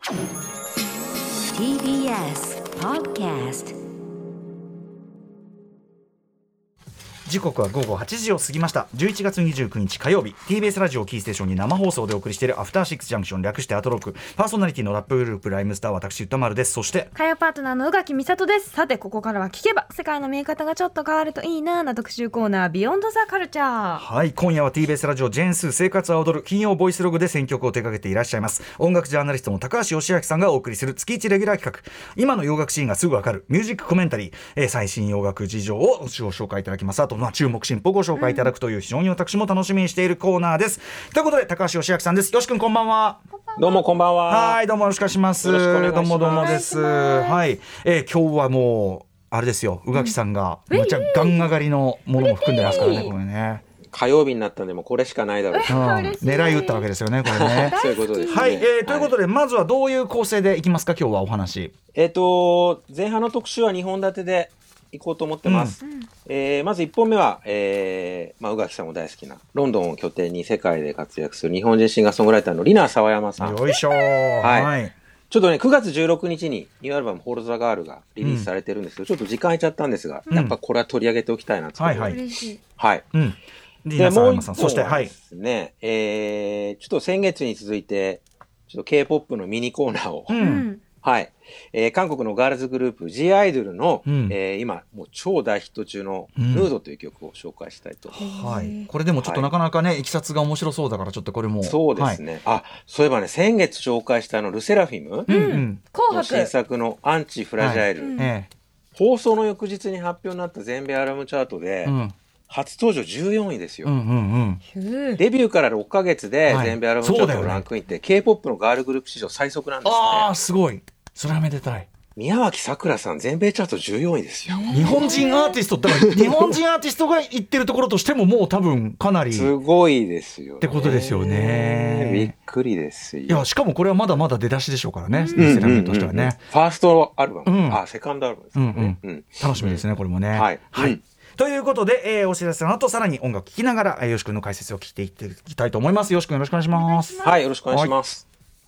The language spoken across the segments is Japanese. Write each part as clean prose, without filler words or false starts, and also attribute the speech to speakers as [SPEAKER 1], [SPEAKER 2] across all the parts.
[SPEAKER 1] TBS Podcast。
[SPEAKER 2] 時刻は午後8時を過ぎました。11月29日火曜日、 TBS ラジオキーステーションに生放送でお送りしているアフターシックスジャンクション、略してアトロック。パーソナリティのラップグループライムスター、私歌丸です。そして
[SPEAKER 3] 火曜パートナーの宇垣美里です。さて、ここからは聞けば世界の見え方がちょっと変わるといいなな特集コーナー、ビヨンドザカルチャー。
[SPEAKER 2] はい、今夜は TBS ラジオジェーンスー生活は踊る金曜ボイスログで選曲を手掛けていらっしゃいます音楽ジャーナリストの高橋義明さんがお送りする月1レギュラー企画、今の洋楽シーンがすぐわかるミュージックコメンタリー、最新洋楽事情をご紹介いただきます。あと、注目進歩をご紹介いただくという、非常に私も楽しみにしているコーナーです。ということで、高橋義明さんです。よし君、こんばんは。
[SPEAKER 4] どうもこんばんは。
[SPEAKER 2] はい、どうもよろしくお願いします。
[SPEAKER 4] よろしくお願いします。
[SPEAKER 2] どうもです。はい、今日はもうあれですよ、宇垣さんがむちゃガン上がりのものも含んでますからね、これね。
[SPEAKER 4] 火曜日になったんでもうこれしかないだろう、
[SPEAKER 2] 狙い撃ったわけですよね、これね。
[SPEAKER 4] そういうことですね。
[SPEAKER 2] はい、ということで、まずはどういう構成でいきますか、今日はお話。
[SPEAKER 4] 前半の特集は2本立てでいこうと思ってます。まず1本目は、宇垣さんも大好きなロンドンを拠点に世界で活躍する日本人シンガーソングライターのリナ沢山さん。
[SPEAKER 2] よいしょー。
[SPEAKER 4] はい。ちょっとね、9月16日にニューアルバム「ホール・ザ・ガール」がリリースされてるんですけど、ちょっと時間空いちゃったんですが、やっぱこれは取り上げておきたいなと。
[SPEAKER 2] はいはい。
[SPEAKER 4] はい。
[SPEAKER 2] リナ沢山さん、そして
[SPEAKER 4] はいですね、ちょっと先月に続いてちょっと K-POP のミニコーナーを、はい、韓国のガールズグループ G アイドルの、今もう超大ヒット中のヌードという曲を紹介したいと思います。
[SPEAKER 2] はい、これでもちょっとなかなかね、いきさつが面白そうだから、ちょっとこれも。
[SPEAKER 4] そうですね。そういえばね、先月紹介したルセラフィムの新作のアンチフラジャイル、放送の翌日に発表になった全米アルバムチャートで、初登場14位ですよ。デビューから6ヶ月で全米アルバムチャートのランクインって、K-POP のガールグループ史上最速なんですね。
[SPEAKER 2] ああ、すごい。それはめでたい。
[SPEAKER 4] 宮脇さくらさん、全米チャート14位ですよ。
[SPEAKER 2] 日本人アーティストだから日本人アーティストが言ってるところとしても、もう多分かなり
[SPEAKER 4] すごいですよ、ね、
[SPEAKER 2] ってことですよね。
[SPEAKER 4] びっくりですよ。
[SPEAKER 2] いや、しかもこれはまだまだ出だしでしょうからね、セラミとしてはね。
[SPEAKER 4] ファーストアルバム、セカンドアルバムですね。
[SPEAKER 2] 楽しみですね、これもね。
[SPEAKER 4] はい、
[SPEAKER 2] ということで、お知らせの後さらに音楽聴きながら、よし君の解説を聞いていきたいと思います。よし君、よろしくお願いします。
[SPEAKER 4] はい、よろしくお願いします。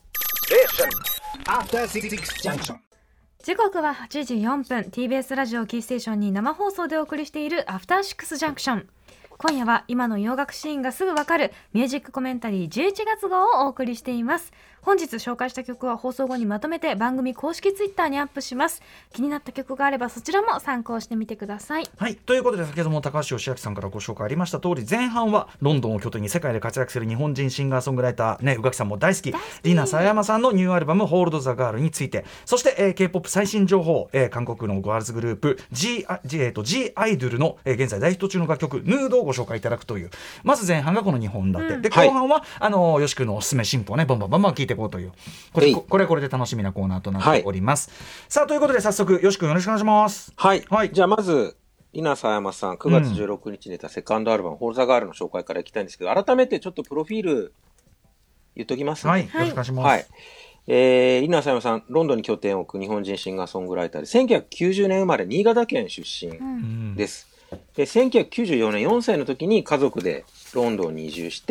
[SPEAKER 3] 時刻は8時4分、 TBS ラジオキーステーションに生放送でお送りしているアフターシックスジャンクション。今夜は今の洋楽シーンがすぐわかるミュージックコメンタリー11月号をお送りしています。本日紹介した曲は放送後にまとめて番組公式ツイッターにアップします。気になった曲があればそちらも参考してみてください。
[SPEAKER 2] はい、ということで、先ほども高橋義明さんからご紹介ありました通り、前半はロンドンを拠点に世界で活躍する日本人シンガーソングライター、宇垣さんも大好きリナ沢山さんのニューアルバム「ホールド・ザ・ガール」について、そして、K-POP 最新情報、韓国のガールズグループ G アイドルの、現在大ヒット中の楽曲「ヌード」をご紹介いただくという、まず前半がこの2本立て、で後半は、よし君のおすすめ進歩をね、バンバン聞いていこうという、これで楽しみなコーナーとなっております。さあ、ということで早速よし君、よろしくお願いします。
[SPEAKER 4] はい、じゃあまずリナ沢山さん9月16日に出たセカンドアルバム「ホール・ザ・ガール」の紹介からいきたいんですけど、改めてちょっとプロフィール言っときますね。
[SPEAKER 2] はい、よろしくお願いします。
[SPEAKER 4] リナ沢山さん、ロンドンに拠点を置く日本人シンガーソングライターで、1990年生まれ、新潟県出身です。で1994年4歳の時に家族でロンドンに移住して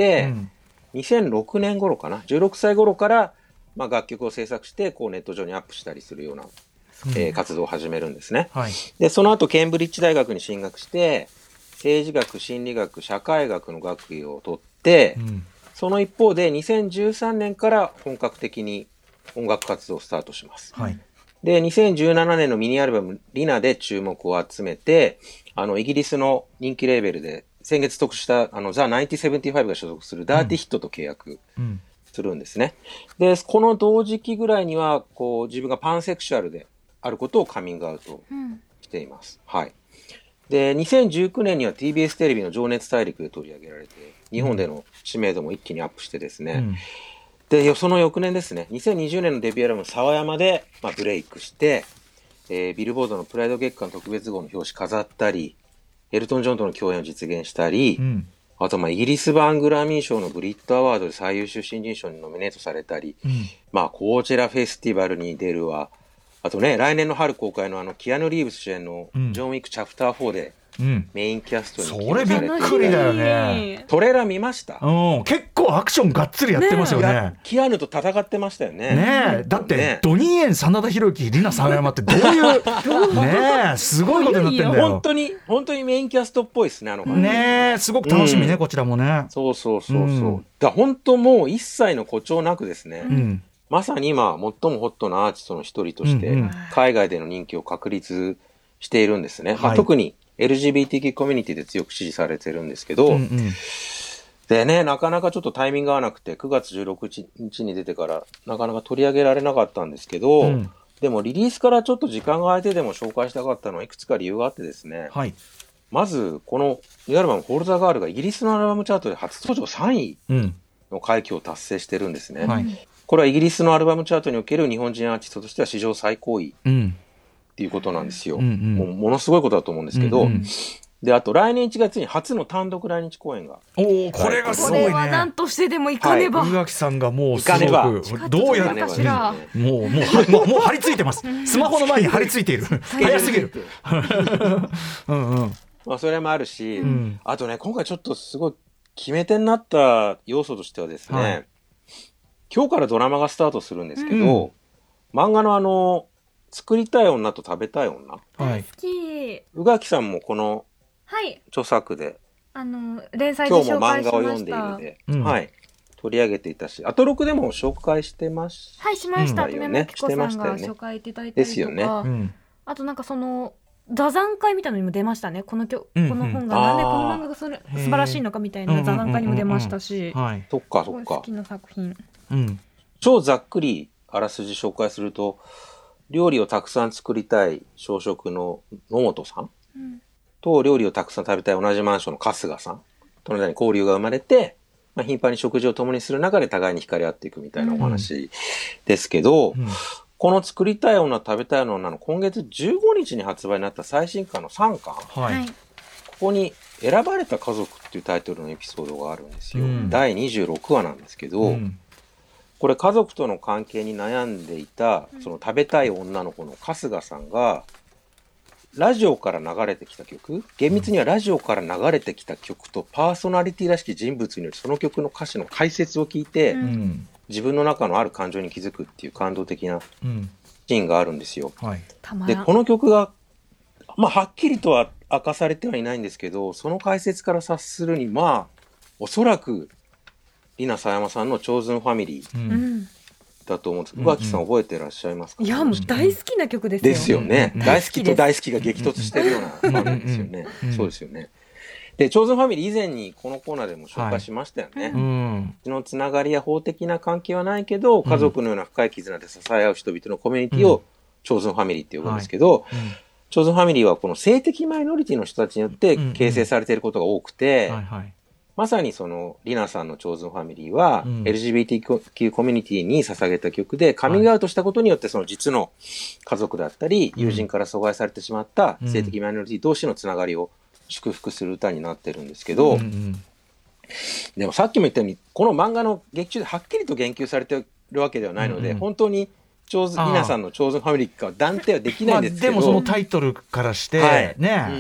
[SPEAKER 4] 、2006年頃かな、16歳頃から、楽曲を制作してネット上にアップしたりするような、活動を始めるんですね。でその後ケンブリッジ大学に進学して、政治学、心理学、社会学の学位を取って、その一方で2013年から本格的に音楽活動をスタートします。で2017年のミニアルバム「リナ」で注目を集めて、イギリスの人気レーベルで先月特集したザ・1975が所属するダーティヒットと契約するんですね。でこの同時期ぐらいには自分がパンセクシュアルであることをカミングアウトしています。で2019年には TBS テレビの情熱大陸で取り上げられて、日本での知名度も一気にアップしてですね、でその翌年ですね、2020年のデビューアルバム「沢山」で、ブレイクして、ビルボードのプライド月間特別号の表紙飾ったり、エルトン・ジョンとの共演を実現したり、あとイギリス版グラミー賞のブリットアワードで最優秀新人賞にノミネートされたり、コーチェラフェスティバルに出るわ、あとね、来年の春公開のキアヌ・リーブス主演のジョン・ウィックチャプター4でメインキャストに起
[SPEAKER 2] それびっくりだよね。
[SPEAKER 4] トレーラー見ました？
[SPEAKER 2] 結構アクションがっつりやってますよね。
[SPEAKER 4] キアヌと戦ってましたよね。
[SPEAKER 2] ねえ、だってドニーエン、真田広之、里奈沢山ってどういうねえ、すごいことになってんだよ。
[SPEAKER 4] 本当にメインキャストっぽいですね、
[SPEAKER 2] ねえ、すごく楽しみね、こちらもね。
[SPEAKER 4] そう。だ本当もう一切の誇張なくですね。まさに今最もホットなアーティストの一人として海外での人気を確立しているんですね。特にLGBTQ コミュニティで強く支持されてるんですけど、でね、なかなかちょっとタイミングが合わなくて9月16日に出てからなかなか取り上げられなかったんですけど、でもリリースからちょっと時間が空いてでも紹介したかったのはいくつか理由があってですね、まずこのニューアルバム「ホール・ザ・ガール」がイギリスのアルバムチャートで初登場3位の快挙を達成してるんですね。これはイギリスのアルバムチャートにおける日本人アーティストとしては史上最高位っていうことなんですよ。ものすごいことだと思うんですけど、であと来年1月に初の単独来日公演が、
[SPEAKER 2] これがすごいね。
[SPEAKER 3] これは何としてでも行かねば。
[SPEAKER 2] 宇垣さんがもうすごくどうやらもう張り付いてます。スマホの前に張り付いている。早すぎる。
[SPEAKER 4] それもあるし、あとね今回ちょっとすごい決め手になった要素としてはですね、今日からドラマがスタートするんですけど、漫画の作りたい女と食べたい女、
[SPEAKER 3] 好き。
[SPEAKER 4] 宇垣さんもこの著作で、
[SPEAKER 3] 連載で紹介しました。
[SPEAKER 4] 今日も漫画を読んでいるので、取り上げていたし、アトロクでも紹介してましたよね。
[SPEAKER 3] しました。梅間紀子さんが紹介いただいたりとか、ですよね。あとなんかその座談会みたいなのにも出ましたね。この本がなんでこの漫画が素晴らしいのかみたいな座談会にも出ましたし、
[SPEAKER 4] そっか。
[SPEAKER 3] 好きな作品。
[SPEAKER 4] 超ざっくりあらすじ紹介すると、料理をたくさん作りたい小食の野本さん、と料理をたくさん食べたい同じマンションの春日さんとの間に交流が生まれて、頻繁に食事を共にする中で互いに惹かれ合っていくみたいなお話ですけど、この作りたい女食べたい女の今月15日に発売になった最新刊の3巻、ここに選ばれた家族っていうタイトルのエピソードがあるんですよ。第26話なんですけど、これ家族との関係に悩んでいたその食べたい女の子の春日さんがラジオから流れてきた曲、厳密にはラジオから流れてきた曲とパーソナリティらしき人物によるその曲の歌詞の解説を聞いて、自分の中のある感情に気づくっていう感動的なシーンがあるんですよ。でこの曲がはっきりとは明かされてはいないんですけど、その解説から察するにおそらく里奈狭山さんのチョーズンファミリーだと思うんですけど、宇垣さん覚えてらっしゃいますか？
[SPEAKER 3] いやもう大好きな曲ですよ。
[SPEAKER 4] ですよね。大好きと大好きが激突してるような感じですよね。そうですよね。でチョーズンファミリー以前にこのコーナーでも紹介しましたよね。血のつながりや法的な関係はないけど、家族のような深い絆で支え合う人々のコミュニティをチョーズンファミリーって呼ぶんですけど、チョーズンファミリーはこの性的マイノリティの人たちによって形成されていることが多くて、まさにその里奈さんのチョーズンファミリーは、LGBTQ コミュニティに捧げた曲で、カミングアウトしたことによってその実の家族だったり、友人から阻害されてしまった性的マイノリティ同士のつながりを祝福する歌になってるんですけど、でもさっきも言ったようにこの漫画の劇中ではっきりと言及されてるわけではないので、本当に里奈さんのチョーズンファミリーかは断定はできないんですけど、
[SPEAKER 2] でもそのタイトルからして、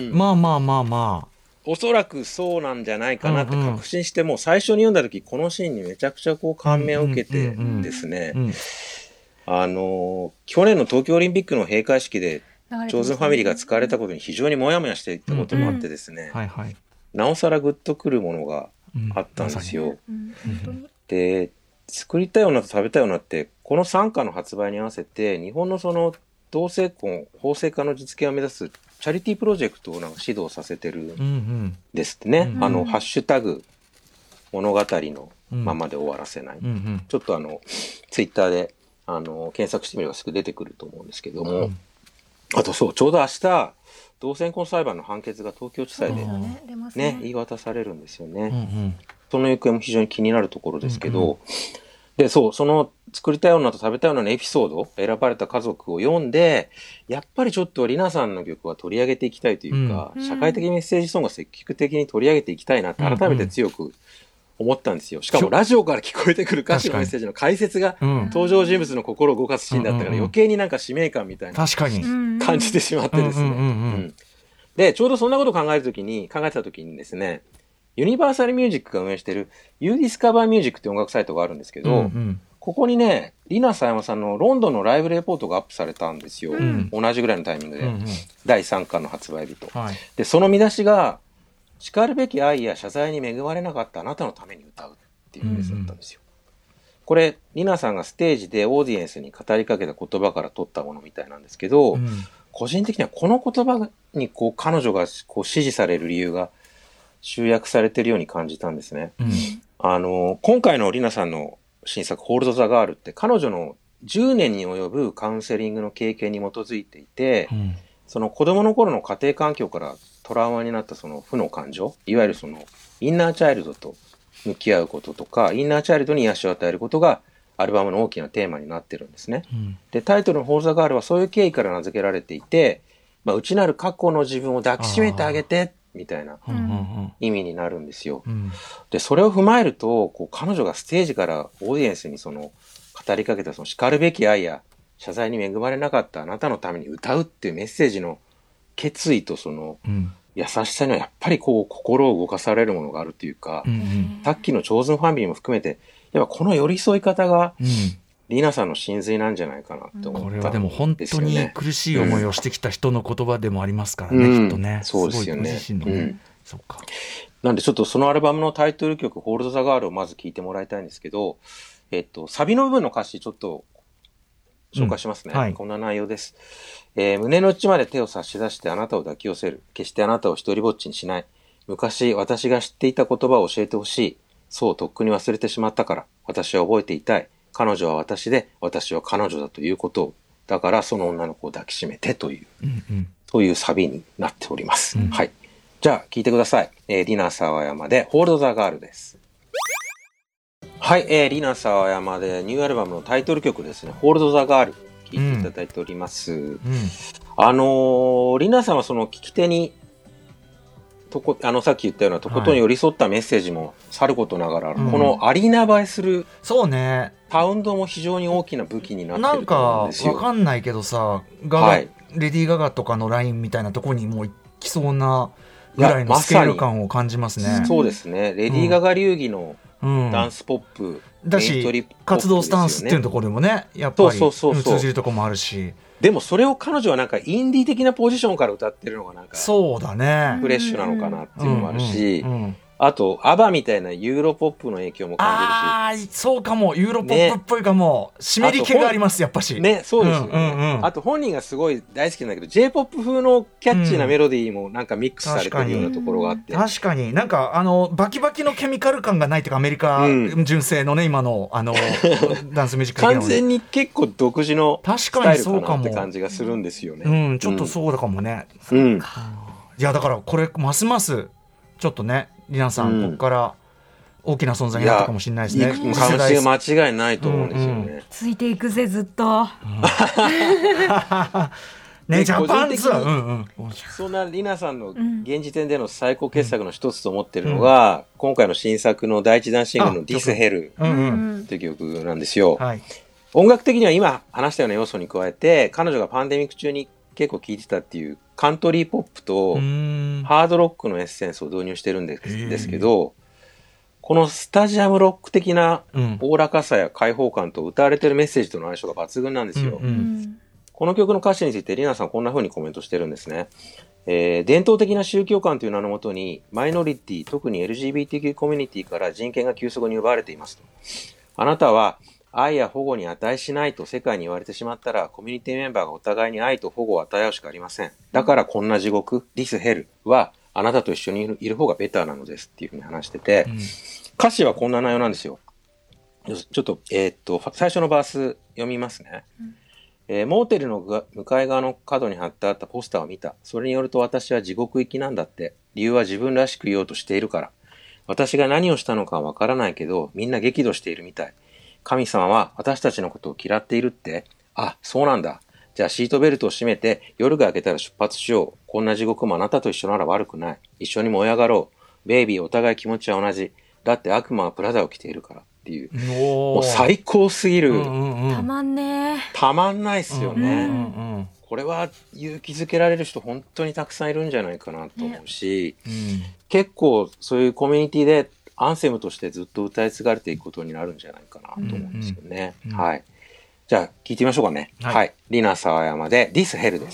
[SPEAKER 4] おそらくそうなんじゃないかなって確信して、もう最初に読んだ時このシーンにめちゃくちゃ感銘を受けてですね、去年の東京オリンピックの閉会式でチョーズンファミリーが使われたことに非常にモヤモヤしていたこともあってですね、なおさらグッとくるものがあったんですよ。で作りたい女と食べたい女ってこの3巻の発売に合わせて日本のその同性婚法制化の実現を目指すチャリティープロジェクトを指導させてるんですってね。ハッシュタグ物語のままで終わらせない、ちょっとツイッターで検索してみればすぐ出てくると思うんですけども、あとちょうど明日同性婚裁判の判決が東京地裁で言い渡されるんですよね。その行方も非常に気になるところですけど、でその作りたい女と食べたい女のエピソード、選ばれた家族を読んで、やっぱりちょっと里奈さんの曲は取り上げていきたいというか、社会的メッセージソングを積極的に取り上げていきたいなって改めて強く思ったんですよ。しかもラジオから聞こえてくる歌詞のメッセージの解説が登場人物の心を動かすシーンだったから、余計になんか使命感みたいな感じてしまってですね。 で、ちょうどそんなことを考えてた時にですね、ユニバーサルミュージックが運営している You Discover Music って音楽サイトがあるんですけど、ここにね、リナ佐山さんのロンドンのライブレポートがアップされたんですよ。同じぐらいのタイミングで。第3巻の発売日と。で、その見出しが、叱るべき愛や謝罪に恵まれなかったあなたのために歌うっていうフレーズだったんですよ。これ、リナさんがステージでオーディエンスに語りかけた言葉から取ったものみたいなんですけど、個人的にはこの言葉に彼女が支持される理由が集約されているように感じたんですね。今回のリナさんの新作、ホールド・ザ・ガールって彼女の10年に及ぶカウンセリングの経験に基づいていて、その子供の頃の家庭環境からトラウマになったその負の感情、いわゆるそのインナーチャイルドと向き合うこととか、インナーチャイルドに癒しを与えることがアルバムの大きなテーマになってるんですね。で、タイトルのホールド・ザ・ガールはそういう経緯から名付けられていて、内なる過去の自分を抱きしめてあげて、みたいな意味になるんですよ。で、それを踏まえると、彼女がステージからオーディエンスにその語りかけたその叱るべき愛や謝罪に恵まれなかったあなたのために歌うっていうメッセージの決意とその優しさにはやっぱり心を動かされるものがあるというか、さっきのチョーズンファミリーも含めて、やっぱこの寄り添い方が、リナさんの真髄なんじゃないかなって思ったんですよね。
[SPEAKER 2] これはでも本当に苦しい思いをしてきた人の言葉でもありますからね、きっとね。
[SPEAKER 4] そうですよね。
[SPEAKER 2] すごいご自身のね。そうか。
[SPEAKER 4] なんでちょっとそのアルバムのタイトル曲、ホールド・ザ・ガールをまず聴いてもらいたいんですけど、サビの部分の歌詞ちょっと紹介しますね。こんな内容です。胸の内まで手を差し出してあなたを抱き寄せる。決してあなたを一人ぼっちにしない。昔私が知っていた言葉を教えてほしい。そうとっくに忘れてしまったから。私は覚えていたい。彼女は私で、私は彼女だということを。だからその女の子を抱きしめてという、そういうサビになっております。はい。じゃあ聴いてください。リナ沢山でホールド・ザ・ガールです。はい、リナ沢山でニューアルバムのタイトル曲ですね、ホールド・ザ・ガール、聴いていただいております。リナさんはその聞き手にさっき言ったようなとことん寄り添ったメッセージもさることながら、このアリーナ映えする
[SPEAKER 2] そうね
[SPEAKER 4] サウンドも非常に大きな武器になってると思うんですよ。
[SPEAKER 2] なんかわかんないけどさ、レディー・ガガとかのラインみたいなところにもう行きそうなぐらいのスケール感を感じますね。
[SPEAKER 4] そうですね。レディー・ガガ流儀のダンスポップ、
[SPEAKER 2] だし活動スタンスっていうところでもね、やっぱり通じるところもあるし。
[SPEAKER 4] でもそれを彼女はなんかインディー的なポジションから歌ってるのがなんか
[SPEAKER 2] そうだね
[SPEAKER 4] フレッシュなのかなっていうのもあるし、あとアバみたいなユーロポップの影響も感じるし、
[SPEAKER 2] そうかも、ユーロポップっぽいかも、湿り気がありますやっぱし
[SPEAKER 4] ね。そうですよね。あと本人がすごい大好きなんだけど J-POP 風のキャッチーなメロディーもなんかミックスされてるようなところがあって、
[SPEAKER 2] 確かになんかバキバキのケミカル感がないというか、アメリカ純正のね今のダンスミュージック
[SPEAKER 4] 完全に結構独自のスタイルかなって感じがするんですよね。
[SPEAKER 2] ちょっとそうだかもね。いやだからこれますますちょっとね、リナさん、ここから大きな存在になったかもしれないですね。
[SPEAKER 4] 関心は間違いないと思うんですよね。
[SPEAKER 3] ついていくぜずっと。
[SPEAKER 2] ね、ジャパンツアー。
[SPEAKER 4] そんなリナさんの現時点での最高傑作の一つと思ってるのが、今回の新作の第一弾シングルの This Hell という曲なんですよ。音楽的には今話したような要素に加えて、彼女がパンデミック中に結構聴いてたっていうカントリーポップとハードロックのエッセンスを導入してるんですけど、このスタジアムロック的なおおらかさや開放感と歌われてるメッセージとの相性が抜群なんですよ。この曲の歌詞についてリナさんこんな風にコメントしてるんですね。伝統的な宗教観という名のもとにマイノリティ、特に LGBTQ コミュニティから人権が急速に奪われていますと。あなたは愛や保護に値しないと世界に言われてしまったら、コミュニティメンバーがお互いに愛と保護を与え合うしかありません。だからこんな地獄、This Hell はあなたと一緒にいる方がベターなのですっていうふうに話してて、歌詞はこんな内容なんですよ。ちょっと、最初のバース読みますね。モーテルの向かい側の角に貼ってあったポスターを見た。それによると私は地獄行きなんだって。理由は自分らしくいようとしているから。私が何をしたのかはわからないけど、みんな激怒しているみたい。神様は私たちのことを嫌っているって？あ、そうなんだ。じゃあシートベルトを締めて夜が明けたら出発しよう。こんな地獄もあなたと一緒なら悪くない。一緒に燃え上がろう。ベイビー、お互い気持ちは同じ。だって悪魔はプラダを着ているからっていう。もう最高すぎる。
[SPEAKER 3] たまんね。
[SPEAKER 4] たまんないっすよね。 これは勇気づけられる人本当にたくさんいるんじゃないかなと思うし、結構そういうコミュニティでアンセムとしてずっと歌い継がれていくことになるんじゃないかなと思うんですよね。はい。じゃあ聞いてみましょうかね。はい。リナ沢山で This Hell です。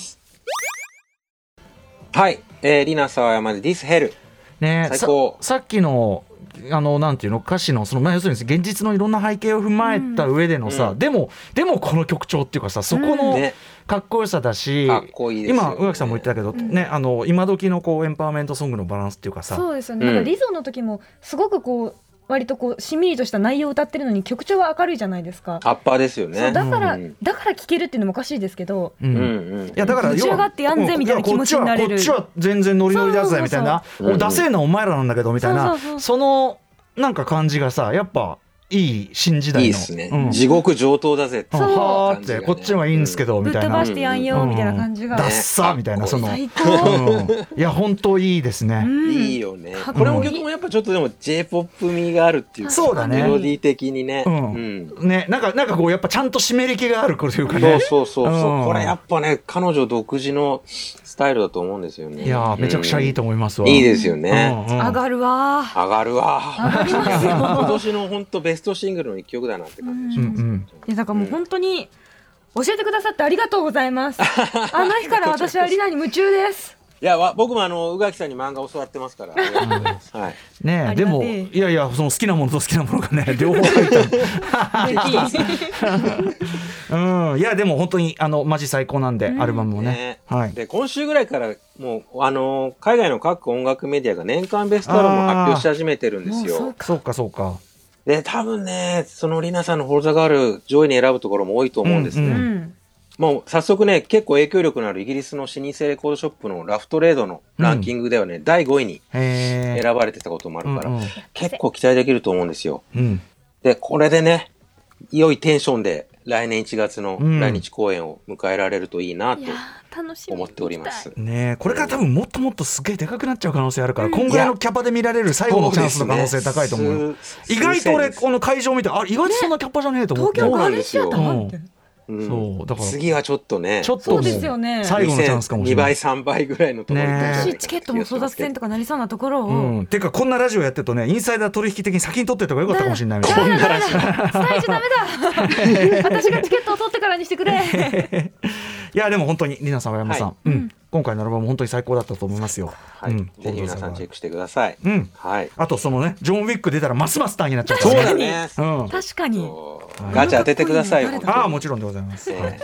[SPEAKER 4] はい。リナ沢山で This Hell。
[SPEAKER 2] ね、
[SPEAKER 4] 最高。
[SPEAKER 2] さっきのなんていうの歌詞の要するに現実のいろんな背景を踏まえた上でのさ、でもこの曲調っていうかさ、そこのかっこよさだし、
[SPEAKER 4] かっこいいですよね。
[SPEAKER 2] 今宇垣さんも言ってたけど、ね、今時のこうエンパワーメントソングのバランスっていうかさ、
[SPEAKER 3] そうですよね。なんかリゾの時もすごくこう割とこうしんみりとした内容を歌ってるのに曲調は明るいじゃないですか。
[SPEAKER 4] アッパーですよね。
[SPEAKER 3] そうだから聴けるっていうのもおかしいですけど、
[SPEAKER 2] いやだから
[SPEAKER 3] 夢中があってやんぜみたいな気持ちになれる。
[SPEAKER 2] こっちは全然ノリノリだぜみたいな、ダセえなお前らなんだけどみたいな、そのなんか感じがさ、やっぱいい新時代の
[SPEAKER 4] いいですね、地獄上等だぜって
[SPEAKER 2] はーって、こっちはいいんですけどみたいな、
[SPEAKER 3] ぶっ飛ばしてやんよみたいな感じが、
[SPEAKER 2] ダッサみたいな、その
[SPEAKER 3] 最高、
[SPEAKER 2] いや本当いいですね、
[SPEAKER 4] いいよね。これも曲もやっぱちょっとでも J-POP 味があるっていうか、
[SPEAKER 2] そうだね、
[SPEAKER 4] メロディー的にね、
[SPEAKER 2] ね、なんかこうやっぱちゃんと湿り気があるというかね、
[SPEAKER 4] そうこれやっぱね彼女独自のスタイルだと思うんですよね。
[SPEAKER 2] いやめちゃくちゃいいと思いますわ。
[SPEAKER 4] いいですよね。
[SPEAKER 3] 上がるわ
[SPEAKER 4] 上がるわ。
[SPEAKER 3] 上がりますよ。
[SPEAKER 4] 今年の本当ベストシングルの一曲だなって感じします。
[SPEAKER 3] いやだからもう本当に教えてくださってありがとうございます。あの日から私はリナに夢中です。
[SPEAKER 4] いや僕も宇垣さんに漫画教わってますから。はい。
[SPEAKER 2] ねえでもいやその好きなものと好きなものがね両方入った。いやでも本当にマジ最高なんで、アルバムもね。はい。
[SPEAKER 4] で今週ぐらいからもう海外の各音楽メディアが年間ベストアルバムを発表し始めてるんですよ。
[SPEAKER 2] そうか。で
[SPEAKER 4] 多分ねそのリナさんのホールザガール上位に選ぶところも多いと思うんですね。もう早速ね結構影響力のあるイギリスの老舗レコードショップのラフトレードのランキングではね、第5位に選ばれてたこともあるから、結構期待できると思うんですよ。でこれでね良いテンションで来年1月の来日公演を迎えられるといいなと思っております。
[SPEAKER 2] ね、これから多分もっともっとすげえでかくなっちゃう可能性あるから、今ぐらいのキャパで見られる最後のチャンスの可能性高いと思う。意外と俺この会場見て意外とそんなキャパじゃねえと思って。
[SPEAKER 3] 東京ガーデンシアターって
[SPEAKER 2] そうだから
[SPEAKER 4] 次はちょっとね
[SPEAKER 3] そうですよね、
[SPEAKER 2] 最後のチャンスかもしれない。
[SPEAKER 4] 2倍3倍ぐらいのところ
[SPEAKER 3] にチケットも争奪戦とかなりそうなところを、
[SPEAKER 2] てかこんなラジオやってるとねインサイダー取引的に先に取ってった方がよかったかもしれないみたいな。
[SPEAKER 3] ダメだ伝えちゃダメだ私がチケットを取ってからにしてくれ。
[SPEAKER 2] いやでも本当にリナさん、山さん、今回のアルバム本当に最高だったと思いますよ。
[SPEAKER 4] はい、ぜひ皆さんチェックしてください。はい。
[SPEAKER 2] あとそのねジョン・ウィック出たらますます単になっちゃう
[SPEAKER 4] からね。
[SPEAKER 2] そうだね。
[SPEAKER 3] 確かに。
[SPEAKER 4] ガチャ当ててくださいよ。
[SPEAKER 2] もちろんでございます。ジョン・ウ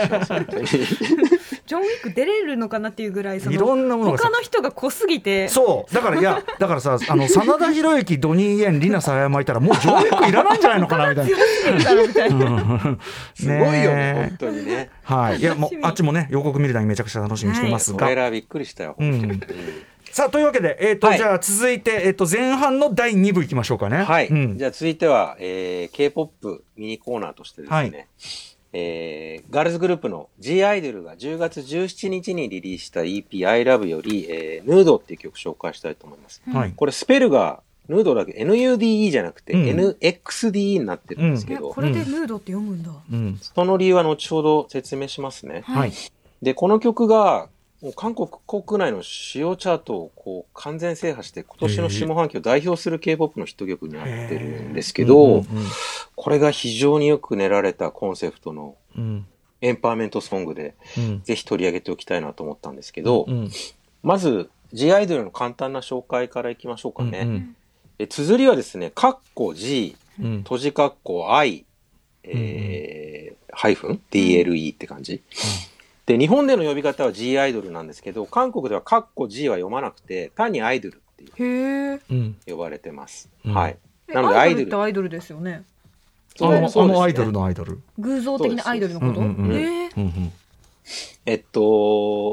[SPEAKER 3] ィック出れるのかなっていうぐらいいろんなものが他の人が濃すぎて。
[SPEAKER 2] そうだからさ真田広之、ドニー・イエン、リナ・サヤマいたらもうジョン・ウィックいらないんじゃないのかなみたいな。
[SPEAKER 4] すごいよね本当にね。
[SPEAKER 2] はい。いやもうあっちもね予告見るのにめちゃくちゃ楽しみにしてますが。
[SPEAKER 4] これらびっくりしたよ。
[SPEAKER 2] さあというわけで、じゃあ続いて、前半の第2部いきましょうかね。
[SPEAKER 4] はい、じゃあ続いては、K-POP ミニコーナーとしてですね、ガールズグループの G アイドルが10月17日にリリースした EP I Love より、ヌードっていう曲紹介したいと思います。これスペルがヌードだけ NUDE じゃなくて、NXDE になってるんですけど、
[SPEAKER 3] これでヌードって読むんだ。
[SPEAKER 4] その理由は後ほど説明しますね。でこの曲がもう韓国国内の主要チャートをこう完全制覇して今年の下半期を代表する K-POP のヒット曲になってるんですけど、これが非常によく練られたコンセプトのエンパワーメントソングで、ぜひ取り上げておきたいなと思ったんですけど、まず G アイドルの簡単な紹介からいきましょうかね。綴りはですね、カッコ G、閉じカッコ I、ハイフン DLE って感じ。で日本での呼び方は G アイドルなんですけど、韓国ではカッコ G は読まなくて単にアイドルっていう呼ばれてます。はい。
[SPEAKER 3] なのでアイドルってアイドルですよね。
[SPEAKER 2] そうですね。アイドルのアイドル。
[SPEAKER 3] 偶像的なアイドルのこと。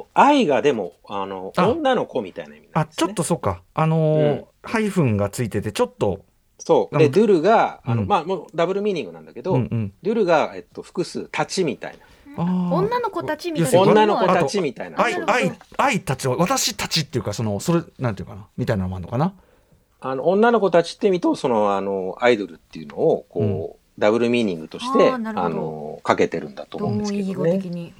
[SPEAKER 4] 愛がでも女の子みたいな意味なんですね。
[SPEAKER 2] ちょっとそうか。ハイフンがついててちょっと。
[SPEAKER 4] そうでドゥルがもうダブルミーニングなんだけど、ドゥルが複数たちみたいな。
[SPEAKER 3] 女の子たちみたいな。
[SPEAKER 4] 女の子たちみたいな。
[SPEAKER 2] 愛たちは私たちっていうかそれなんていうかなみたいなのもあるのかな。
[SPEAKER 4] 女の子たちって意味とアイドルっていうのをこうダブルミーニングとしてかけてるんだと思うんですけどね。
[SPEAKER 3] 的に。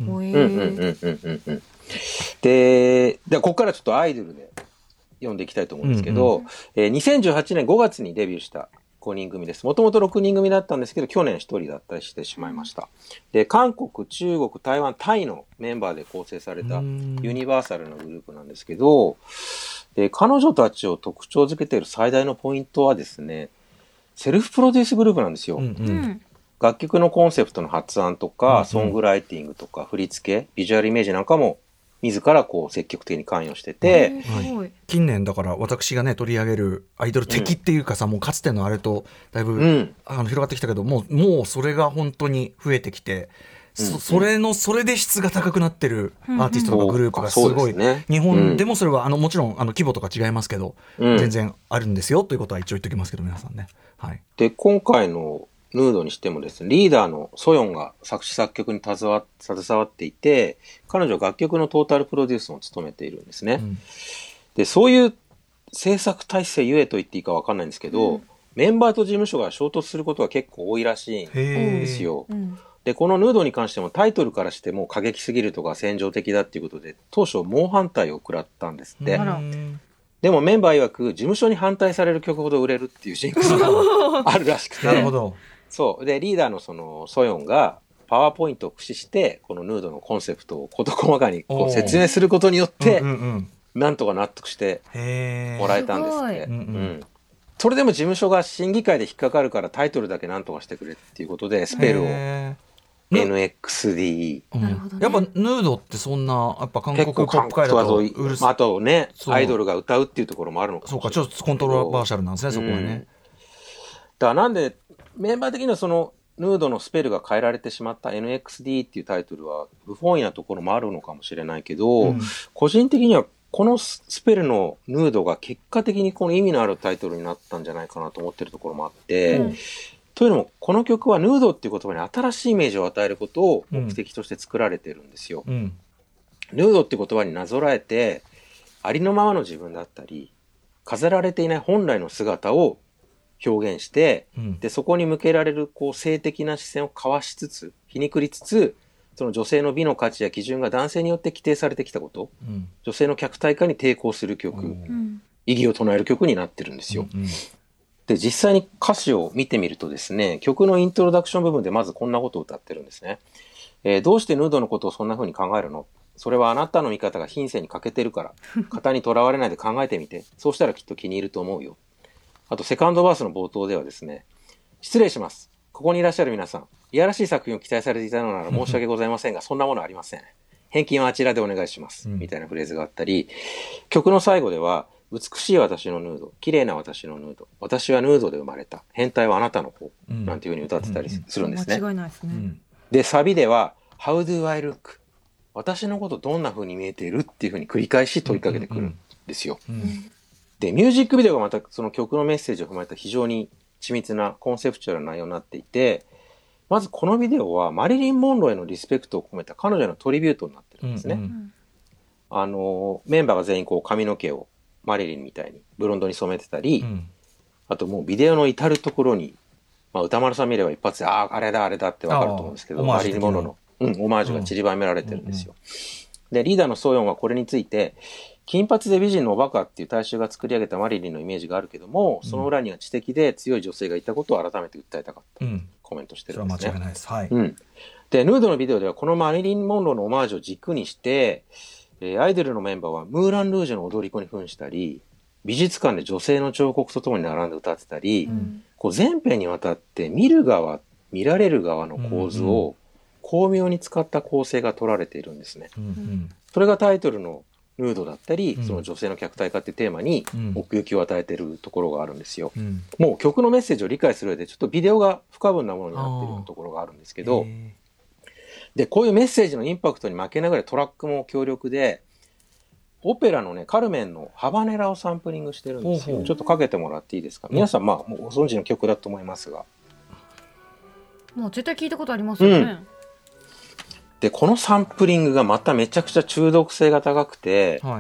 [SPEAKER 4] でここからちょっとアイドルで読んでいきたいと思うんですけど、2018年5月にデビューした5人組です。もともと6人組だったんですけど、去年1人だったりしてしまいました。で、韓国、中国、台湾、タイのメンバーで構成されたユニバーサルのグループなんですけど、で彼女たちを特徴づけている最大のポイントはですね、セルフプロデュースグループなんですよ。楽曲のコンセプトの発案とか、ソングライティングとか、振り付け、ビジュアルイメージなんかも自らこう積極的に関与してて、
[SPEAKER 2] 近年だから私がね取り上げるアイドル的っていうかさ、もうかつてのあれとだいぶ、広がってきたけど、もうそれが本当に増えてきて、それで質が高くなってるアーティストとかグループがすごい、日本でもそれはもちろん規模とか違いますけど、全然あるんですよということは一応言っておきますけど、皆さんね。
[SPEAKER 4] で今回のヌードにしてもですね、リーダーのソヨンが作詞作曲に携わっていて、彼女は楽曲のトータルプロデュースを務めているんですね。でそういう制作体制ゆえと言っていいか分かんないんですけど、メンバーと事務所が衝突することが結構多いらしいんですよ。でこのヌードに関してもタイトルからしても過激すぎるとか戦場的だっていうことで当初猛反対を食らったんですって。でもメンバー曰く事務所に反対される曲ほど売れるっていうジンクスがあるらしくて。
[SPEAKER 2] なるほど。
[SPEAKER 4] そうでリーダーのそのソヨンがパワーポイントを駆使してこのヌードのコンセプトを事細かにこう説明することによってなんとか納得してもらえたんですって。それでも事務所が審議会で引っかかるからタイトルだけなんとかしてくれっていうことでスペルを NXD、
[SPEAKER 2] やっぱヌードってそんなやっぱ韓国ポップ界だとうるさい、
[SPEAKER 4] あとねアイドルが歌うっていうところもあるのかもしれない。
[SPEAKER 2] そうか、ちょっとコントロバーシャルなんですね、そこはね。
[SPEAKER 4] だからなんでメンバー的にはそのヌードのスペルが変えられてしまった NXD っていうタイトルは不本意なところもあるのかもしれないけど、個人的にはこのスペルのヌードが結果的にこの意味のあるタイトルになったんじゃないかなと思ってるところもあって、というのもこの曲はヌードっていう言葉に新しいイメージを与えることを目的として作られてるんですよ。ヌードっていう言葉になぞらえてありのままの自分だったり飾られていない本来の姿を表現して、でそこに向けられるこう性的な視線をかわしつつ皮肉りつつ、その女性の美の価値や基準が男性によって規定されてきたこと、女性の客体化に抵抗する曲、異議を唱える曲になってるんですよ。で実際に歌詞を見てみるとですね、曲のイントロダクション部分でまずこんなことを歌ってるんですね。どうしてヌードのことをそんな風に考えるの？それはあなたの見方が品性に欠けてるから、型にとらわれないで考えてみて、そうしたらきっと気に入ると思うよ。あとセカンドバースの冒頭ではですね、失礼します。ここにいらっしゃる皆さん、いやらしい作品を期待されていたのなら申し訳ございませんが、そんなものありません。返金はあちらでお願いします。みたいなフレーズがあったり、曲の最後では、美しい私のヌード、綺麗な私のヌード、私はヌードで生まれた、変態はあなたの方、なんていう風に歌ってたりするんですね。
[SPEAKER 3] 間違いないですね。
[SPEAKER 4] で、サビでは、How do I look？ 私のことどんな風に見えているっていう風に繰り返し問いかけてくるんですよ。で、ミュージックビデオがまたその曲のメッセージを踏まえた非常に緻密なコンセプチュアルな内容になっていて、まずこのビデオはマリリン・モンローへのリスペクトを込めた彼女へのトリビュートになってるんですね。メンバーが全員こう髪の毛をマリリンみたいにブロンドに染めてたり、あともうビデオの至るところに、歌丸さん見れば一発であれだってわかると思うんですけど、マリリン・モンローのオマージュが散りばめられてるんですよ。でリーダーのソヨンはこれについて、金髪で美人のおバカっていう大衆が作り上げたマリリンのイメージがあるけども、その裏には知的で強い女性がいたことを改めて訴えたかった、コメントしてるんですね。
[SPEAKER 2] それは間違いないです。はい。
[SPEAKER 4] でヌードのビデオではこのマリリン・モンローのオマージュを軸にして、アイドルのメンバーはムーラン・ルージュの踊り子に扮したり、美術館で女性の彫刻とともに並んで歌ってたり、こう全編にわたって見る側見られる側の構図を巧妙に使った構成が取られているんですね。それがタイトルのヌードだったり、その女性の客体化っていうテーマに奥行きを与えているところがあるんですよ。もう曲のメッセージを理解する上でちょっとビデオが不可分なものになっているようなところがあるんですけど、でこういうメッセージのインパクトに負けながらトラックも強力で、オペラのねカルメンのハバネラをサンプリングしてるんですよ。ちょっとかけてもらっていいですか。皆さんもうご存知の曲だと思いますが、
[SPEAKER 3] もう絶対聞いたことありますよね。で
[SPEAKER 4] このサンプリングがまためちゃくちゃ中毒性が高くて、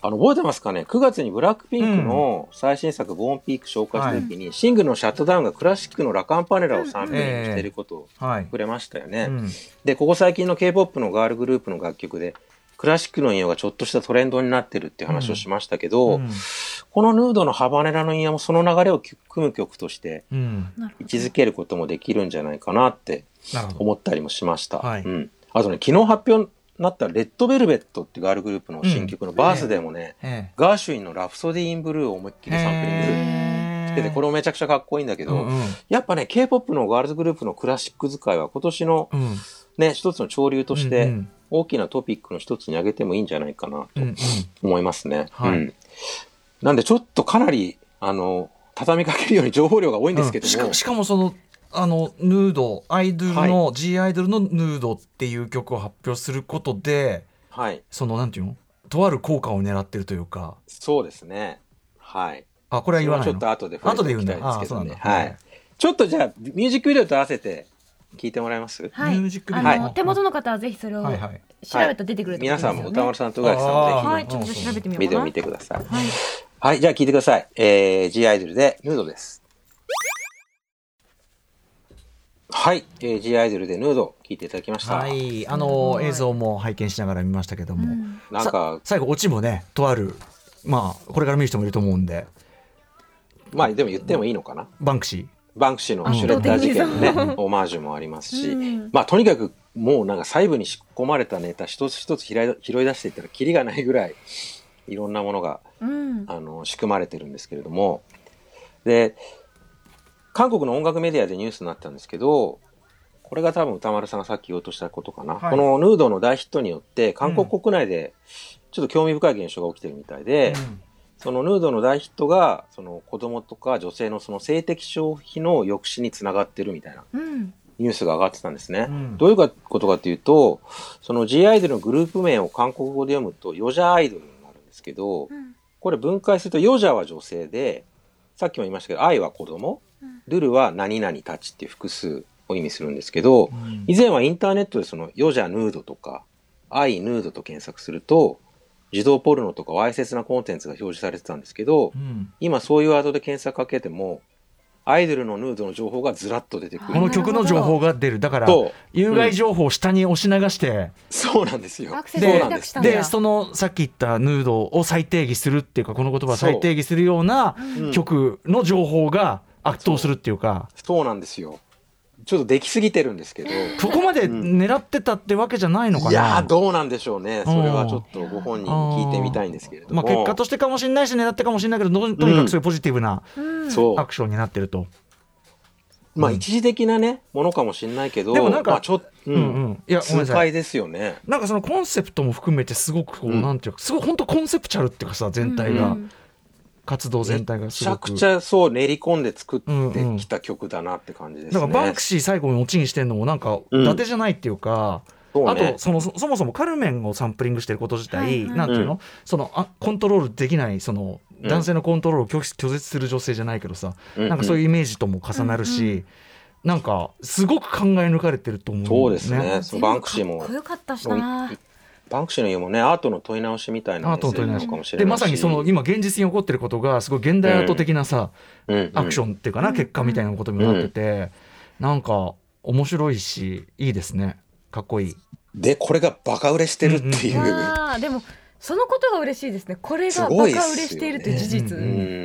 [SPEAKER 4] 覚えてますかね。9月にブラックピンクの最新作、ボーンピーク紹介した時に、シングルのシャットダウンがクラシックのラカンパネラをサンプリングしていることを触れましたよね。で、ここ最近の K-POP のガールグループの楽曲で、クラシックの引用がちょっとしたトレンドになってるっていう話をしましたけど、このヌードのハバネラの引用もその流れを組む曲として位置づけることもできるんじゃないかなって思ったりもしました。あとね、昨日発表なったレッドベルベットってガールグループの新曲のバースでもね、ガーシュインのラプソディー・イン・ブルーを思いっきりサンプリングしてて、これもめちゃくちゃかっこいいんだけど、やっぱね K-POP のガールズグループのクラシック使いは今年のね、一つの潮流として大きなトピックの一つに挙げてもいいんじゃないかなと思いますね。なんでちょっとかなり畳みかけるように情報量が多いんですけども、
[SPEAKER 2] しかもそのヌードアイドルの、G アイドルのヌードっていう曲を発表することで、そのなんていうの、とある効果を狙ってるというか。
[SPEAKER 4] そうですね。はい。
[SPEAKER 2] これは言わないの。
[SPEAKER 4] ちょっと後で触れておきたいですけどね。はい。ちょっとじゃあミュージックビデオと合わせて聞いてもらえます？
[SPEAKER 3] ミュージックビデオ。手元の方はぜひそれを調べたら出てくると思いますよね。
[SPEAKER 4] 皆さんも歌丸さんと宇垣さんもぜひ
[SPEAKER 3] ちょっと調べてみようかな。
[SPEAKER 4] ビデオ見てください。はい、じゃあ聞いてください。G アイドルでヌードです。はい、G アイドルでヌード聞いていただきました。
[SPEAKER 2] はい、映像も拝見しながら見ましたけども、なんか最後オチもね、とあるこれから見る人もいると思うんで、
[SPEAKER 4] でも言ってもいいのかな。
[SPEAKER 2] バンクシ
[SPEAKER 4] ーのシュレッダー事件のねオマージュもありますし、とにかくもうなんか細部に仕込まれたネタ一つ一つ拾い出していったらキリがないぐらいいろんなものが、仕組まれてるんですけれども、で韓国の音楽メディアでニュースになったんですけど、これが多分歌丸さんがさっき言おうとしたことかな。このヌードの大ヒットによって韓国国内でちょっと興味深い現象が起きてるみたいで、そのヌードの大ヒットがその子供とか女性のその性的消費の抑止につながってるみたいなニュースが上がってたんですね。どういうことかというと、その G アイドルのグループ名を韓国語で読むとヨジャアイドルになるんですけど、これ分解するとヨジャは女性で、さっきも言いましたけど愛は子供、ルルは何々たちっていう複数を意味するんですけど、以前はインターネットでそのヨジャヌードとか愛ヌードと検索すると児童ポルノとかわいせつなコンテンツが表示されてたんですけど、今そういうワードで検索かけてもアイドルのヌードの情報がずらっと出てくる。
[SPEAKER 2] この曲の情報が出る。だから有害情報を下に押し流して、
[SPEAKER 4] そうなんですよ。
[SPEAKER 2] でそのさっき言ったヌードを再定義するっていうか、この言葉を再定義するような曲の情報が圧倒するっていうか、
[SPEAKER 4] そうなんですよ。ちょっとできすぎてるんですけど、
[SPEAKER 2] ここまで狙ってたってわけじゃないのかな。
[SPEAKER 4] いやどうなんでしょうね。それはちょっとご本人に聞いてみたいんですけれども、
[SPEAKER 2] 結果としてかもしれないし狙ってかもしれないけど、とにかくそういうポジティブなアクションになってると。
[SPEAKER 4] 一時的なねものかもしれないけど、
[SPEAKER 2] でもなんか
[SPEAKER 4] ちょっと痛快ですよね。
[SPEAKER 2] なんかそのコンセプトも含めてすごくこう、なんていうか、すごい本当コンセプチャルっていうかさ、全体が、活動全体がすごく
[SPEAKER 4] めちゃくちゃそう練り込んで作ってきた曲だなって感じですね。
[SPEAKER 2] だからバンクシー最後にオチにしてるのもなんか伊達じゃないっていうか、あとそもそもカルメンをサンプリングしてること自体、なんていうの、そのコントロールできない、その男性のコントロールを拒絶する女性じゃないけどさ、なんかそういうイメージとも重なるし、なんかすごく考え抜かれてると思う、ね。
[SPEAKER 4] そうですね。バンクシーも
[SPEAKER 3] かっこよかったしな。
[SPEAKER 4] バンクシーの家もね、アートの問い直しみたいなメッセージなのかもしれないし、
[SPEAKER 2] でまさにその今現実に起こってることがすごい現代アート的なさ、アクションっていうかな、結果みたいなことになってて、なんか面白いしいいですね。かっこいい。
[SPEAKER 4] でこれがバカ売れしてるっていう、
[SPEAKER 3] でもそのことが嬉しいですね。これがバカ売れしているという事実。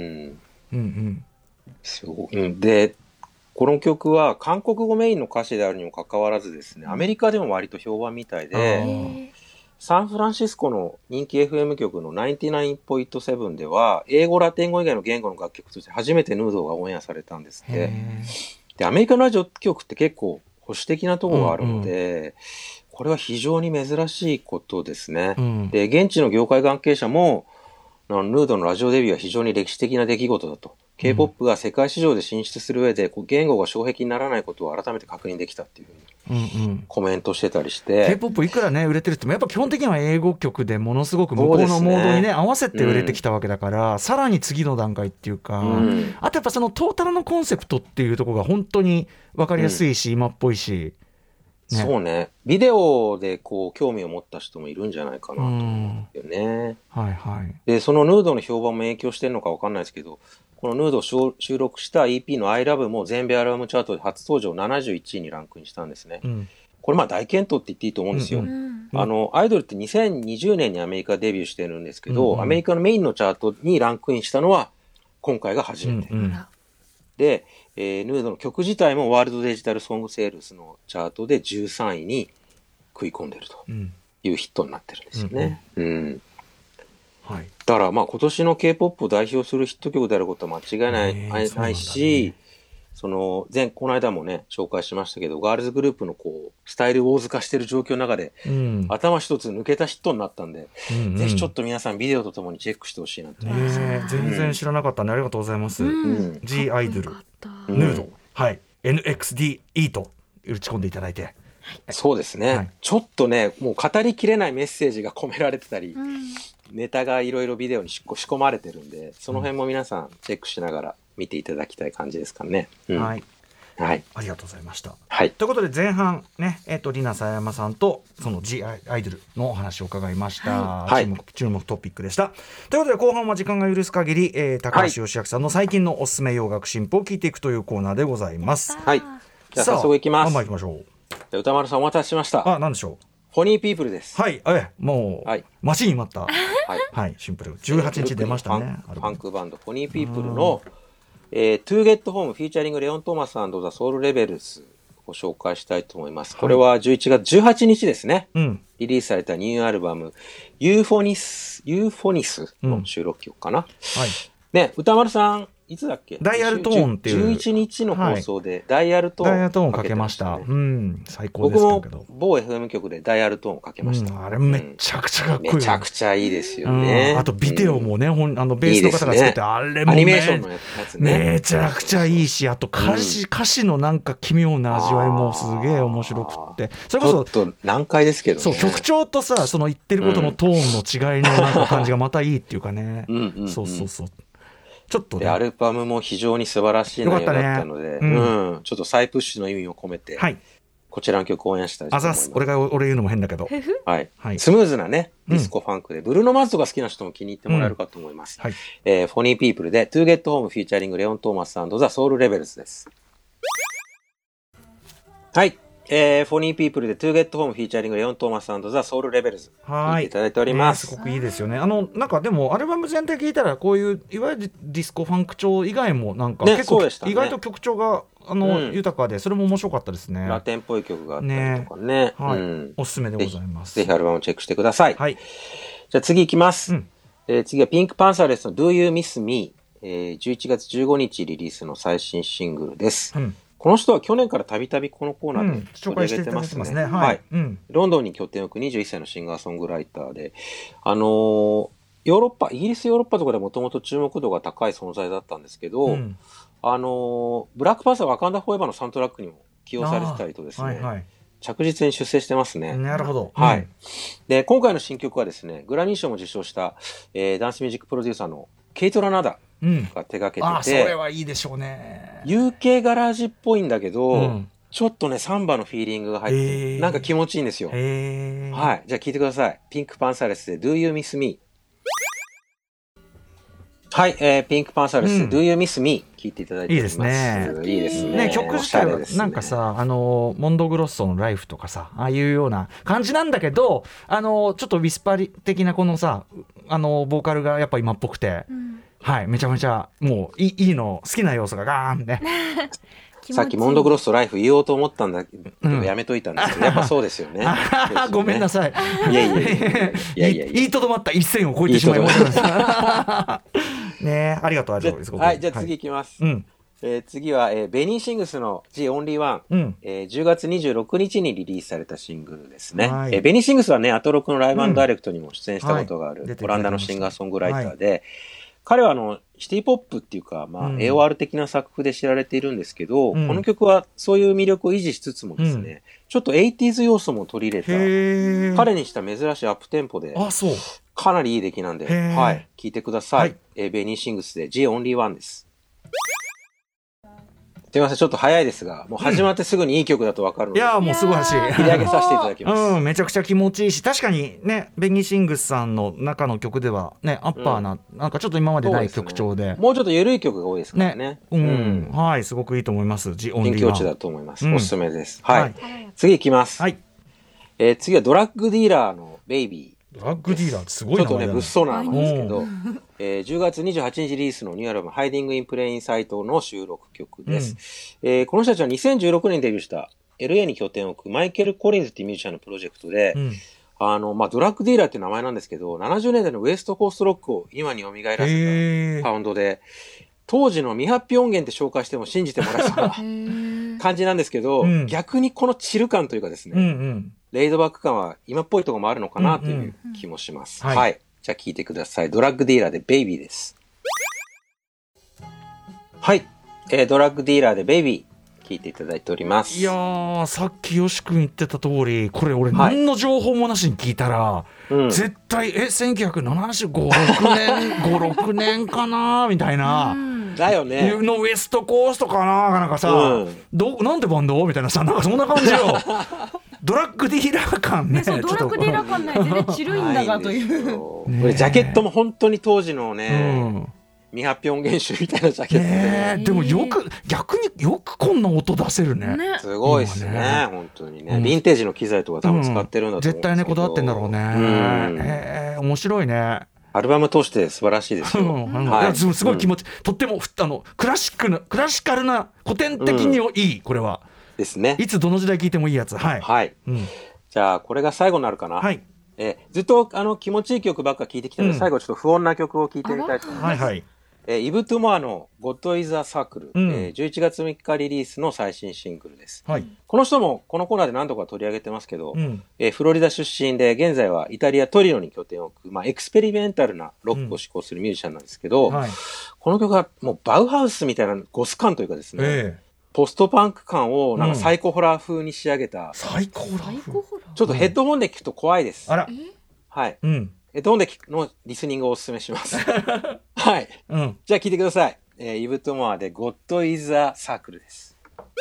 [SPEAKER 4] でこの曲は韓国語メインの歌詞であるにもかかわらずですね、アメリカでも割と評判みたいで、サンフランシスコの人気 FM 局の 99.7 では英語ラテン語以外の言語の楽曲として初めてヌードがオンエアされたんですって。でアメリカのラジオ局って結構保守的なところがあるので、これは非常に珍しいことですね。で現地の業界関係者もヌードのラジオデビューは非常に歴史的な出来事だと。K-POP が世界市場で進出する上で言語が障壁にならないことを改めて確認できたっていうふうにコメントしてたりして、
[SPEAKER 2] K-POP いくらね売れてるってもやっぱ基本的には英語曲でものすごく向こうのモードにね合わせて売れてきたわけだから、さらに次の段階っていうか、あとやっぱそのトータルのコンセプトっていうところが本当に分かりやすいし、今っぽいし、
[SPEAKER 4] そうね。ビデオでこう興味を持った人もいるんじゃないかなと思うんだよね。
[SPEAKER 2] はいはい。
[SPEAKER 4] で、そのヌードの評判も影響してるのかわかんないですけど、このヌードを収録した EP の I Love も全米アルバムチャートで初登場71位にランクインしたんですね。これまあ大健闘って言っていいと思うんですよ。アイドルって2020年にアメリカデビューしてるんですけど、アメリカのメインのチャートにランクインしたのは今回が初めて。で、ヌードの曲自体もワールドデジタルソングセールスのチャートで13位に食い込んでるというヒットになってるんですよね。はい、だからまあ今年の K-POP を代表するヒット曲であることは間違いないし、この間もね紹介しましたけど、ガールズグループのこうスタイルウォーズ化してる状況の中で、頭一つ抜けたヒットになったんで、ぜひちょっと皆さんビデオとともにチェックしてほしいなと思います。
[SPEAKER 2] 全然知らなかったね、ありがとうございます。G アイドルヌード、はい、NXDE と打ち込んでいただいて、
[SPEAKER 4] そうですね、はい、ちょっとねもう語りきれないメッセージが込められてたり、ネタがいろいろビデオに仕込まれてるんで、その辺も皆さんチェックしながら見ていただきたい感じですかね。
[SPEAKER 2] はい
[SPEAKER 4] はい、
[SPEAKER 2] ありがとうございました。
[SPEAKER 4] はい、
[SPEAKER 2] ということで前半ね、リナ狭山さんとその G アイドルのお話を伺いました。はい、注目トピックでした。ということで後半は時間が許す限り、高橋義明さんの最近のおすすめ洋楽新報を聞いていくというコーナーでございます。
[SPEAKER 4] はい、じゃあ早速いきます。
[SPEAKER 2] 行きましょう。
[SPEAKER 4] じゃ歌丸さんお待たせしました。
[SPEAKER 2] 何でしょう。
[SPEAKER 4] フォニーピープルです。
[SPEAKER 2] はい、もう、はい、待ちに待った、はい、シンプル18日出ましたね。
[SPEAKER 4] ファンクバンドフォニーピープルのTo Get Home フィーチャリングレオン・トーマス&ザ・ソウル・レベルズを紹介したいと思います。これは11月18日ですね、リリースされたニューアルバムユーフォニスの収録曲かな。ね、歌丸さんいつだっけ、
[SPEAKER 2] ダイヤルトーンっていう
[SPEAKER 4] 11日の放送でダイヤルトーンを
[SPEAKER 2] かけました。最高でしたけど、
[SPEAKER 4] 僕も某 FM 局でダイヤルトーンをかけました。
[SPEAKER 2] あれめちゃくちゃかっこいい、
[SPEAKER 4] めちゃくちゃいいですよね。
[SPEAKER 2] あとビデオもね、ベースの方が作って、あれも
[SPEAKER 4] アニメーションのやつね、
[SPEAKER 2] めちゃくちゃいいし、あと歌詞のなんか奇妙な味わいもすげえ面白くって、それこそ
[SPEAKER 4] ちょっと難解ですけどね。
[SPEAKER 2] そう、曲調とさ、その言ってることのトーンの違いのなんか感じがまたいいっていうかね。そうちょっとね、
[SPEAKER 4] アルバムも非常に素晴らしい内容だったので、ちょっと再プッシュの意味を込めて、こちらの曲を応援したいと思います。
[SPEAKER 2] 俺言うのも変だけど、
[SPEAKER 4] スムーズなねディスコファンクで、ブルーノ・マーズとか好きな人も気に入ってもらえるかと思います。フォニーピープルで To Get Home フィーチャリングレオン・トーマス&ザ・ソウル・レベルズです。はい、フォニーピープルで To Get Home フィーチャリングレオン・トーマス&ザ・ソウル・レベルズ聴いていただいております。
[SPEAKER 2] すごくいいですよね。なんかでもアルバム全体聴いたら、こういういわゆるディスコファンク調以外もなんか結構意外と曲調が豊かで、それも面白かったですね。
[SPEAKER 4] ラテンっぽい曲があったりとかね。
[SPEAKER 2] おすすめでございます。
[SPEAKER 4] ぜひアルバムをチェックしてください。じゃあ次いきます。次はピンクパンサーレスの Do You Miss Me、11月15日リリースの最新シングルです。この人は去年からたびたびこのコーナーで
[SPEAKER 2] 紹介していただいてますね。
[SPEAKER 4] ロンドンに拠点を置く21歳のシンガーソングライターで、ヨーロッパ、イギリスヨーロッパとかでもともと注目度が高い存在だったんですけど、ブラックパンサーワカンダフォーエバーのサントラックにも起用されてたりとですね、着実に出世してますね。
[SPEAKER 2] なるほど。
[SPEAKER 4] で、今回の新曲はですね、グラミー賞も受賞した、ダンスミュージックプロデューサーのケイト・ラナダが手掛けてて、
[SPEAKER 2] それはいいでしょうね。
[SPEAKER 4] UK ガラージっぽいんだけど、ちょっとねサンバのフィーリングが入ってなんか気持ちいいんですよ。はい、じゃあ聴いてください。ピンクパンサーレスで Do You Miss Me。 はい、ピンクパンサーレスで Do You Miss Me 聴いていただいております。いいですね。
[SPEAKER 2] 曲自体はなんかさ、モンドグロッソのライフとかさ、ああいうような感じなんだけど、ちょっとウィスパリ的なこのさ、ボーカルがやっぱ今っぽくて、はい、めちゃめちゃもういいの、好きな要素がガーンね。
[SPEAKER 4] さっきモンドグロッソライフ言おうと思ったんだけど、やめといたんですけど、やっぱそうですよね。
[SPEAKER 2] ごめんなさい。
[SPEAKER 4] いや
[SPEAKER 2] 言いとどまった一線を越えてしまいましたね。ありがとう。
[SPEAKER 4] はい、じゃあ次いきます。次は、ベニーシングスの The Only One、10月26日にリリースされたシングルですね。ベニーシングスはね、アトロクのライブ&ダイレクトにも出演したことがある、オランダのシンガーソングライターで、彼はシティポップっていうか、AOR 的な作風で知られているんですけど、この曲はそういう魅力を維持しつつもですね、ちょっと 80s 要素も取り入れた、彼にした珍しいアップテンポで、かなりいい出来なんで、はい、聴いてください。ベニーシングスで The Only One です。 すいません、ちょっと早いですが、もう始まってすぐにいい曲だと分かるので、
[SPEAKER 2] いやもう素晴らしい。
[SPEAKER 4] 切り上げさせていただきます。
[SPEAKER 2] めちゃくちゃ気持ちいいし、確かにね、ベニーシングスさんの中の曲ではね、アッパーな、なんかちょっと今までない曲調で、
[SPEAKER 4] もうちょっと緩い曲が多いですからね。
[SPEAKER 2] はい、すごくいいと思います。ジオンリー
[SPEAKER 4] 勉強値だと思います。おすすめです。
[SPEAKER 2] はい。
[SPEAKER 4] 次いきます。
[SPEAKER 2] はい。
[SPEAKER 4] 次はドラッグディーラーのベイビー。
[SPEAKER 2] ドラッグディーラーってすごい名前だね。
[SPEAKER 4] ちょっとね、物騒な名前ですけど、10月28日リリースのニューアルバム、ハイディング・イン・プレイン・サイトの収録曲です。この人たちは2016年にデビューした LA に拠点を置くマイケル・コリンズっていうミュージシャンのプロジェクトで、ドラッグディーラーっていう名前なんですけど、70年代のウエストコーストロックを今に蘇らせたサウンドで、当時の未発表音源って紹介しても信じてもらえそうな感じなんですけど、逆にこのチル感というかですね、レイドバック感は今っぽいところもあるのかなという気もします。はい。じゃあ聴いてください。ドラッグディーラーでベイビーです。はい。ドラッグディーラーでベイビー聴いていただいております。
[SPEAKER 2] いやー、さっきよし君言ってた通り、これ俺何の情報もなしに聞いたら、絶対1975、6年かなみたいな。
[SPEAKER 4] だよね。
[SPEAKER 2] のウエストコーストかななんかさ、なんでバンドみたいなさ、なんかそんな感じよ。ドラッグディーラー感ね。
[SPEAKER 3] ドラッグディーラー感ない、全然チルいんだがという。
[SPEAKER 4] これジャケットも本当に当時のね、未発表音源集みたいなジャケットで。
[SPEAKER 2] でも逆によくこんな音出せるね。
[SPEAKER 4] すごいですね、本当にね。ヴィンテージの機材とか多分使ってるんだと思うんですけど。
[SPEAKER 2] 絶対ね、こだわってんだろうね。面白いね。
[SPEAKER 4] アルバム通して素晴らしいですよ。
[SPEAKER 2] すごい気持ち、とってもクラシカルな古典的にいい、これは。
[SPEAKER 4] ですね。
[SPEAKER 2] いつどの時代聴いてもいいやつ。はい。
[SPEAKER 4] じゃあこれが最後になるかな。
[SPEAKER 2] はい。
[SPEAKER 4] ずっと気持ちいい曲ばっか聴いてきたので、最後ちょっと不穏な曲を聴いてみたいと思います。はい。イブ・トゥモアの God is a Circle、11月3日リリースの最新シングルです。この人もこのコーナーで何度か取り上げてますけど、フロリダ出身で現在はイタリア・トリノに拠点を置く、エクスペリメンタルなロックを志向するミュージシャンなんですけど、この曲はもうバウハウスみたいなゴス感というかですね、ポストパンク感をなんかサイコホラー風に仕上げた、
[SPEAKER 2] サイコホラー風、
[SPEAKER 4] ちょっとヘッドホンで聞くと怖いです。
[SPEAKER 2] あら、
[SPEAKER 4] はい。ヘッドホンで聞くのリスニングをお勧めします。はい。じゃあ聞いてください。イブ・トゥモアで God is a Circle です。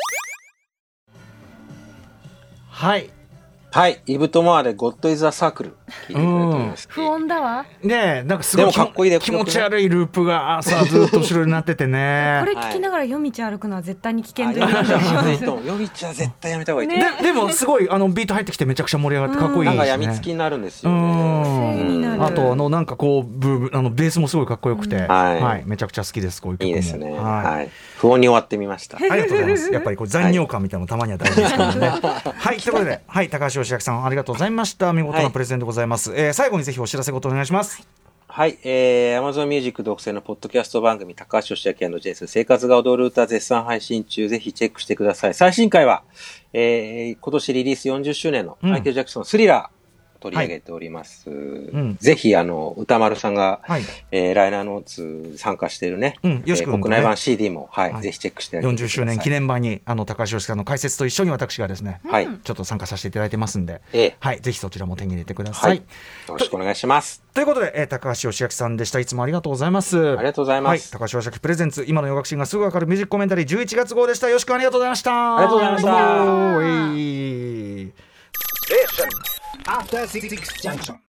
[SPEAKER 2] はい。
[SPEAKER 4] はい、イブ・トゥモアで God is a Circle 聞いていただいております。
[SPEAKER 3] 不穏だわ。
[SPEAKER 2] ねえ、なんかすごい気持ち悪いループがさずっと後ろになっててね。
[SPEAKER 3] これ聞きながら夜道歩くのは絶対に危険ということで。
[SPEAKER 4] 夜道は絶対やめた方がいい。
[SPEAKER 2] でもすごいビート入ってきてめちゃくちゃ盛り上がってかっこいいですね。
[SPEAKER 4] なんか病みつきになるんですよね。
[SPEAKER 2] あとなんかこうベースもすごいかっこよくて、めちゃくちゃ好きです。こういう曲も
[SPEAKER 4] いいですね。はい。不穏に終わってみました。
[SPEAKER 2] ありがとうございます。やっぱりこう残尿感みたいなのたまには大事ですからね。はい、ということで、はい、高橋義明さんありがとうございました。見事なプレゼンでございます。最後にぜひお知らせごとお願いします。
[SPEAKER 4] はい、Amazon Music 独占のポッドキャスト番組高橋義明&ジェイス生活が踊る歌絶賛配信中、ぜひチェックしてください。最新回は、今年リリース40周年のマイケル・ジャクソンスリラー取り上げております。ぜひ歌丸さんが、ライナーノーツ参加しているね、国内版 CD も、ぜひチェックしてください。
[SPEAKER 2] 40周年記念版に高橋義明さんの解説と一緒に私がですね、ちょっと参加させていただいてますんで、ぜひそちらも手に入れてください。よ
[SPEAKER 4] ろしくお願いします。
[SPEAKER 2] ということで、高橋義明さんでした。いつもありがとうございます。
[SPEAKER 4] ありがとうございます。
[SPEAKER 2] 高橋義明プレゼンツ今の洋楽シーンがすぐわかるミュージックコメンタリー11月号でした。よしくんありがとうございました。
[SPEAKER 4] ありがとうございました。
[SPEAKER 5] After 66 junction.